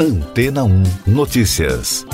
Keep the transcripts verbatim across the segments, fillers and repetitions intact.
Antena um Notícias.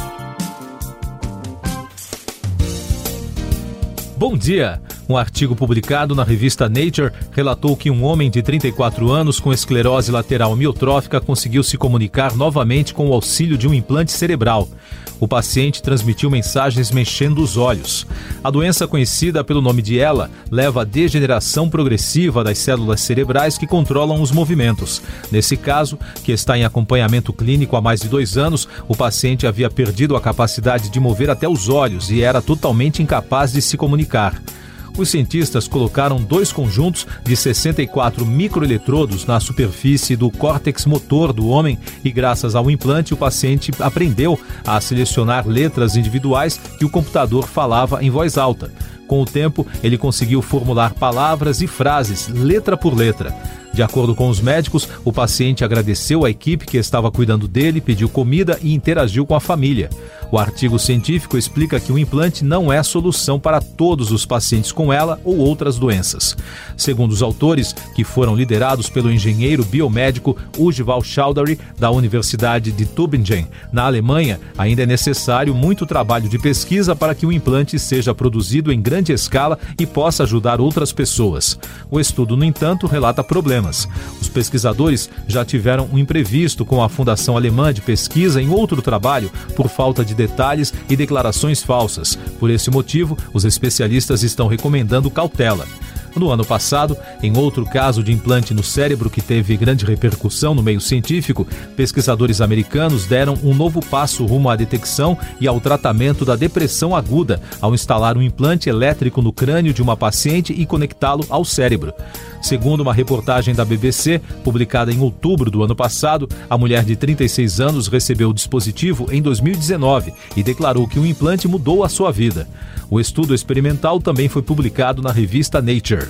Bom dia! Um artigo publicado na revista Nature relatou que um homem de trinta e quatro anos com esclerose lateral amiotrófica conseguiu se comunicar novamente com o auxílio de um implante cerebral. O paciente transmitiu mensagens mexendo os olhos. A doença, conhecida pelo nome de E L A, leva à degeneração progressiva das células cerebrais que controlam os movimentos. Nesse caso, que está em acompanhamento clínico há mais de dois anos, o paciente havia perdido a capacidade de mover até os olhos e era totalmente incapaz de se comunicar. Os cientistas colocaram dois conjuntos de sessenta e quatro microeletrodos na superfície do córtex motor do homem e, graças ao implante, o paciente aprendeu a selecionar letras individuais que o computador falava em voz alta. Com o tempo, ele conseguiu formular palavras e frases, letra por letra. De acordo com os médicos, o paciente agradeceu à equipe que estava cuidando dele, pediu comida e interagiu com a família. O artigo científico explica que o implante não é solução para todos os pacientes com ela ou outras doenças. Segundo os autores, que foram liderados pelo engenheiro biomédico Ujval Chowdhury, da Universidade de Tübingen, na Alemanha, ainda é necessário muito trabalho de pesquisa para que o implante seja produzido em grande escala e possa ajudar outras pessoas. O estudo, no entanto, relata problemas. Os pesquisadores já tiveram um imprevisto com a Fundação Alemã de Pesquisa em outro trabalho por falta de detalhes e declarações falsas. Por esse motivo, os especialistas estão recomendando cautela. No ano passado, em outro caso de implante no cérebro que teve grande repercussão no meio científico, pesquisadores americanos deram um novo passo rumo à detecção e ao tratamento da depressão aguda ao instalar um implante elétrico no crânio de uma paciente e conectá-lo ao cérebro. Segundo uma reportagem da B B C, publicada em outubro do ano passado, a mulher de trinta e seis anos recebeu o dispositivo em dois mil e dezenove e declarou que o implante mudou a sua vida. O estudo experimental também foi publicado na revista Nature.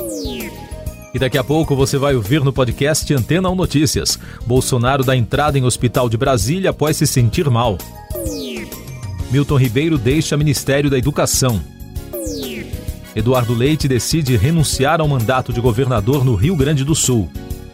E daqui a pouco você vai ouvir no podcast Antena um Notícias. Bolsonaro dá entrada em hospital de Brasília após se sentir mal. Milton Ribeiro deixa Ministério da Educação. Eduardo Leite decide renunciar ao mandato de governador no Rio Grande do Sul.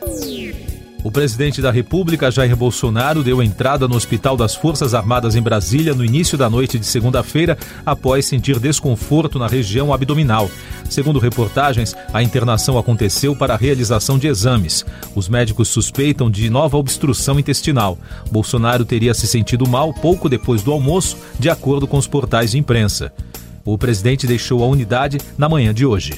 O presidente da República, Jair Bolsonaro, deu entrada no Hospital das Forças Armadas em Brasília no início da noite de segunda-feira, após sentir desconforto na região abdominal. Segundo reportagens, a internação aconteceu para a realização de exames. Os médicos suspeitam de nova obstrução intestinal. Bolsonaro teria se sentido mal pouco depois do almoço, de acordo com os portais de imprensa. O presidente deixou a unidade na manhã de hoje.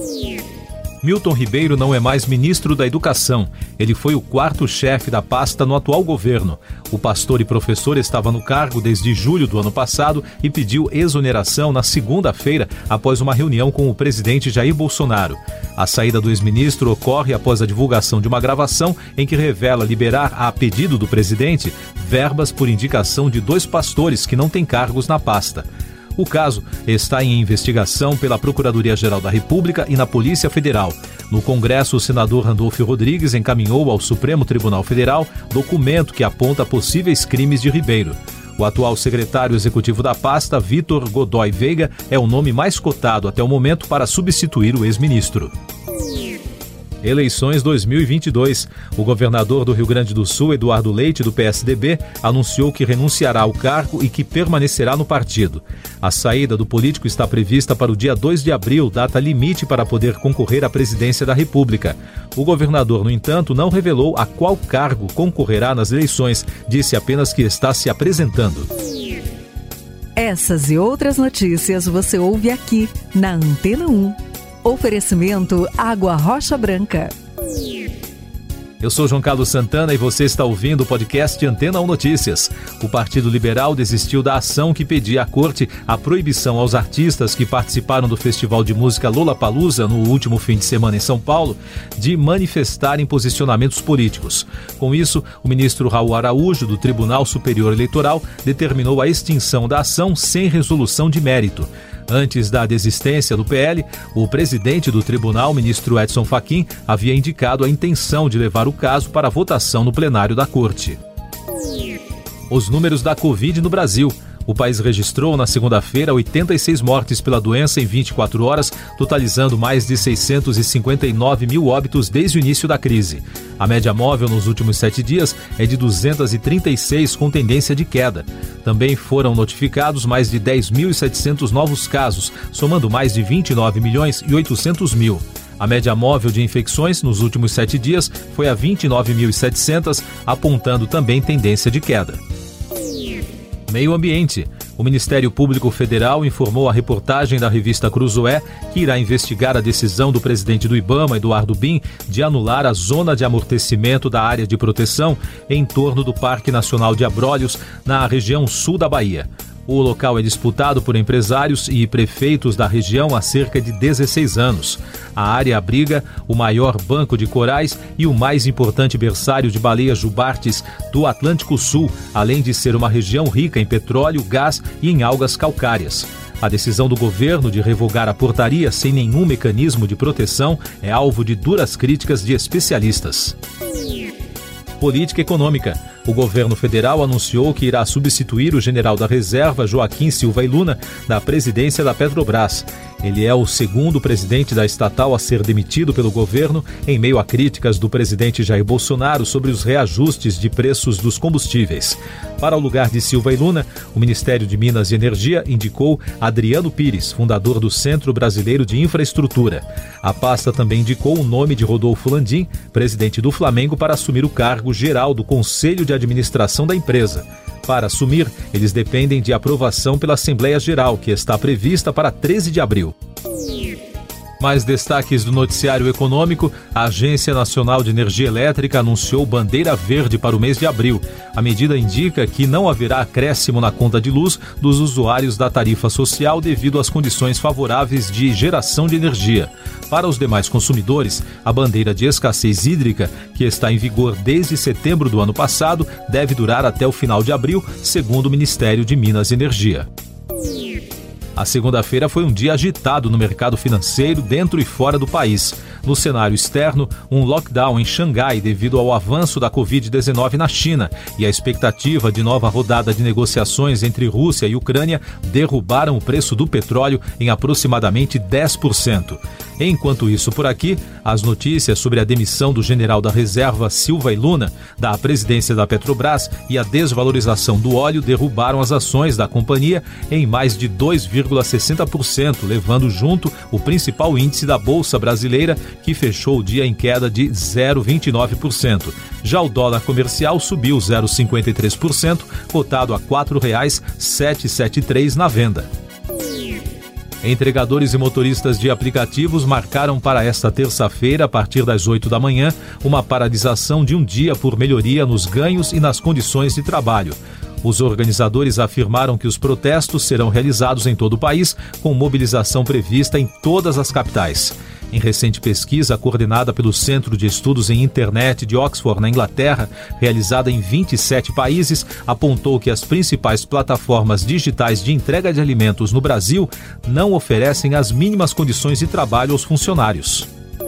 Milton Ribeiro não é mais ministro da Educação. Ele foi o quarto chefe da pasta no atual governo. O pastor e professor estava no cargo desde julho do ano passado e pediu exoneração na segunda-feira após uma reunião com o presidente Jair Bolsonaro. A saída do ex-ministro ocorre após a divulgação de uma gravação em que revela liberar, a pedido do presidente, verbas por indicação de dois pastores que não têm cargos na pasta. O caso está em investigação pela Procuradoria-Geral da República e na Polícia Federal. No Congresso, o senador Randolfo Rodrigues encaminhou ao Supremo Tribunal Federal documento que aponta possíveis crimes de Ribeiro. O atual secretário executivo da pasta, Vitor Godoy Veiga, é o nome mais cotado até o momento para substituir o ex-ministro. Eleições dois mil e vinte e dois. O governador do Rio Grande do Sul, Eduardo Leite, do P S D B, anunciou que renunciará ao cargo e que permanecerá no partido. A saída do político está prevista para o dia dois de abril, data limite para poder concorrer à presidência da República. O governador, no entanto, não revelou a qual cargo concorrerá nas eleições, disse apenas que está se apresentando. Essas e outras notícias você ouve aqui na Antena um. Oferecimento Água Rocha Branca. Eu sou João Carlos Santana e você está ouvindo o podcast Antena um Notícias. O Partido Liberal desistiu da ação que pedia à corte a proibição aos artistas que participaram do Festival de Música Lollapalooza no último fim de semana em São Paulo de manifestarem posicionamentos políticos. Com isso, o ministro Raul Araújo, do Tribunal Superior Eleitoral, determinou a extinção da ação sem resolução de mérito. Antes da desistência do P L, o presidente do tribunal, ministro Edson Fachin, havia indicado a intenção de levar o caso para votação no plenário da corte. Os números da Covid no Brasil. O país registrou na segunda-feira oitenta e seis mortes pela doença em vinte e quatro horas, totalizando mais de seiscentos e cinquenta e nove mil óbitos desde o início da crise. A média móvel nos últimos sete dias é de duzentos e trinta e seis, com tendência de queda. Também foram notificados mais de dez mil e setecentos novos casos, somando mais de vinte e nove milhões e oitocentos mil. A média móvel de infecções nos últimos sete dias foi a vinte e nove mil e setecentos, apontando também tendência de queda. Meio Ambiente. O Ministério Público Federal informou à reportagem da revista Cruzoé que irá investigar a decisão do presidente do IBAMA, Eduardo Bin, de anular a zona de amortecimento da área de proteção em torno do Parque Nacional de Abrolhos, na região sul da Bahia. O local é disputado por empresários e prefeitos da região há cerca de dezesseis anos. A área abriga o maior banco de corais e o mais importante berçário de baleias jubartes do Atlântico Sul, além de ser uma região rica em petróleo, gás e em algas calcárias. A decisão do governo de revogar a portaria sem nenhum mecanismo de proteção é alvo de duras críticas de especialistas. Política econômica. O governo federal anunciou que irá substituir o general da reserva, Joaquim Silva e Luna, da presidência da Petrobras. Ele é o segundo presidente da estatal a ser demitido pelo governo, em meio a críticas do presidente Jair Bolsonaro sobre os reajustes de preços dos combustíveis. Para o lugar de Silva e Luna, o Ministério de Minas e Energia indicou Adriano Pires, fundador do Centro Brasileiro de Infraestrutura. A pasta também indicou o nome de Rodolfo Landim, presidente do Flamengo, para assumir o cargo geral do Conselho de Administração da empresa. Para assumir, eles dependem de aprovação pela Assembleia Geral, que está prevista para treze de abril. Mais destaques do noticiário econômico: a Agência Nacional de Energia Elétrica anunciou bandeira verde para o mês de abril. A medida indica que não haverá acréscimo na conta de luz dos usuários da tarifa social devido às condições favoráveis de geração de energia. Para os demais consumidores, a bandeira de escassez hídrica, que está em vigor desde setembro do ano passado, deve durar até o final de abril, segundo o Ministério de Minas e Energia. A segunda-feira foi um dia agitado no mercado financeiro dentro e fora do país. No cenário externo, um lockdown em Xangai devido ao avanço da covid dezenove na China e a expectativa de nova rodada de negociações entre Rússia e Ucrânia derrubaram o preço do petróleo em aproximadamente dez por cento. Enquanto isso, por aqui, as notícias sobre a demissão do general da reserva Silva e Luna, da presidência da Petrobras e a desvalorização do óleo derrubaram as ações da companhia em mais de dois vírgula sessenta por cento, levando junto o principal índice da Bolsa Brasileira, que fechou o dia em queda de zero vírgula vinte e nove por cento. Já o dólar comercial subiu zero vírgula cinquenta e três por cento, cotado a quatro reais setecentos e setenta e três na venda. Entregadores e motoristas de aplicativos marcaram para esta terça-feira, a partir das oito da manhã, uma paralisação de um dia por melhoria nos ganhos e nas condições de trabalho. Os organizadores afirmaram que os protestos serão realizados em todo o país, com mobilização prevista em todas as capitais. Em recente pesquisa coordenada pelo Centro de Estudos em Internet de Oxford, na Inglaterra, realizada em vinte e sete países, apontou que as principais plataformas digitais de entrega de alimentos no Brasil não oferecem as mínimas condições de trabalho aos funcionários.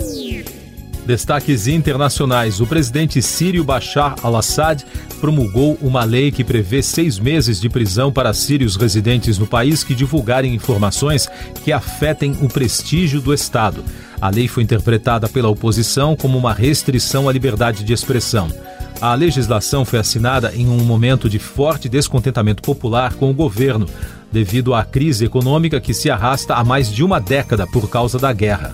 Destaques internacionais. O presidente sírio Bashar al-Assad promulgou uma lei que prevê seis meses de prisão para sírios residentes no país que divulgarem informações que afetem o prestígio do Estado. A lei foi interpretada pela oposição como uma restrição à liberdade de expressão. A legislação foi assinada em um momento de forte descontentamento popular com o governo, devido à crise econômica que se arrasta há mais de uma década por causa da guerra.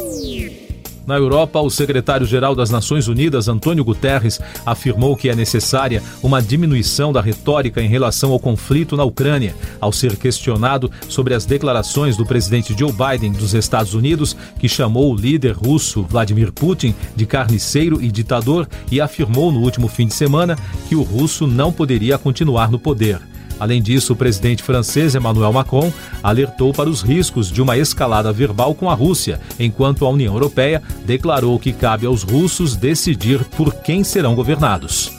Na Europa, o secretário-geral das Nações Unidas, Antônio Guterres, afirmou que é necessária uma diminuição da retórica em relação ao conflito na Ucrânia, ao ser questionado sobre as declarações do presidente Joe Biden dos Estados Unidos, que chamou o líder russo Vladimir Putin de carniceiro e ditador e afirmou no último fim de semana que o russo não poderia continuar no poder. Além disso, o presidente francês Emmanuel Macron alertou para os riscos de uma escalada verbal com a Rússia, enquanto a União Europeia declarou que cabe aos russos decidir por quem serão governados.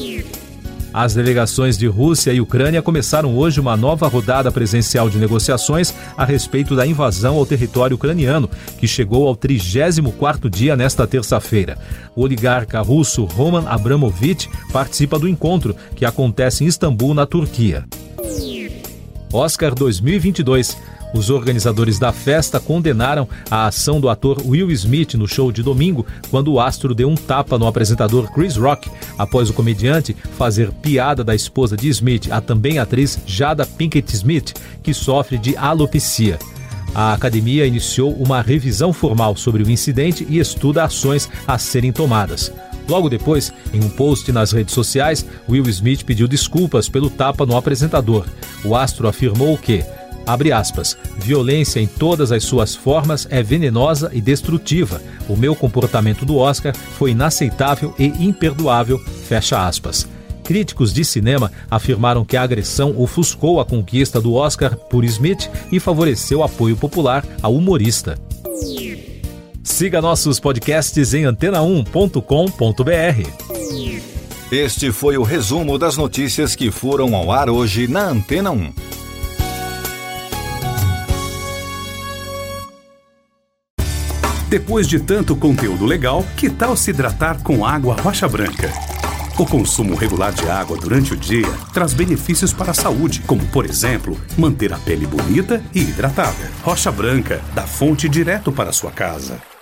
As delegações de Rússia e Ucrânia começaram hoje uma nova rodada presencial de negociações a respeito da invasão ao território ucraniano, que chegou ao trigésimo quarto dia nesta terça-feira. O oligarca russo Roman Abramovich participa do encontro, que acontece em Istambul, na Turquia. Oscar dois mil e vinte e dois. Os organizadores da festa condenaram a ação do ator Will Smith no show de domingo, quando o astro deu um tapa no apresentador Chris Rock, após o comediante fazer piada da esposa de Smith, a também atriz Jada Pinkett Smith, que sofre de alopecia. A academia iniciou uma revisão formal sobre o incidente e estuda ações a serem tomadas. Logo depois, em um post nas redes sociais, Will Smith pediu desculpas pelo tapa no apresentador. O astro afirmou que, abre aspas, violência em todas as suas formas é venenosa e destrutiva. O meu comportamento do Oscar foi inaceitável e imperdoável, fecha aspas. Críticos de cinema afirmaram que a agressão ofuscou a conquista do Oscar por Smith e favoreceu o apoio popular ao humorista. Siga nossos podcasts em antena um ponto com ponto b r. Este foi o resumo das notícias que foram ao ar hoje na Antena um. Depois de tanto conteúdo legal, que tal se hidratar com água Rocha Branca? O consumo regular de água durante o dia traz benefícios para a saúde, como, por exemplo, manter a pele bonita e hidratada. Rocha Branca, da fonte direto para a sua casa.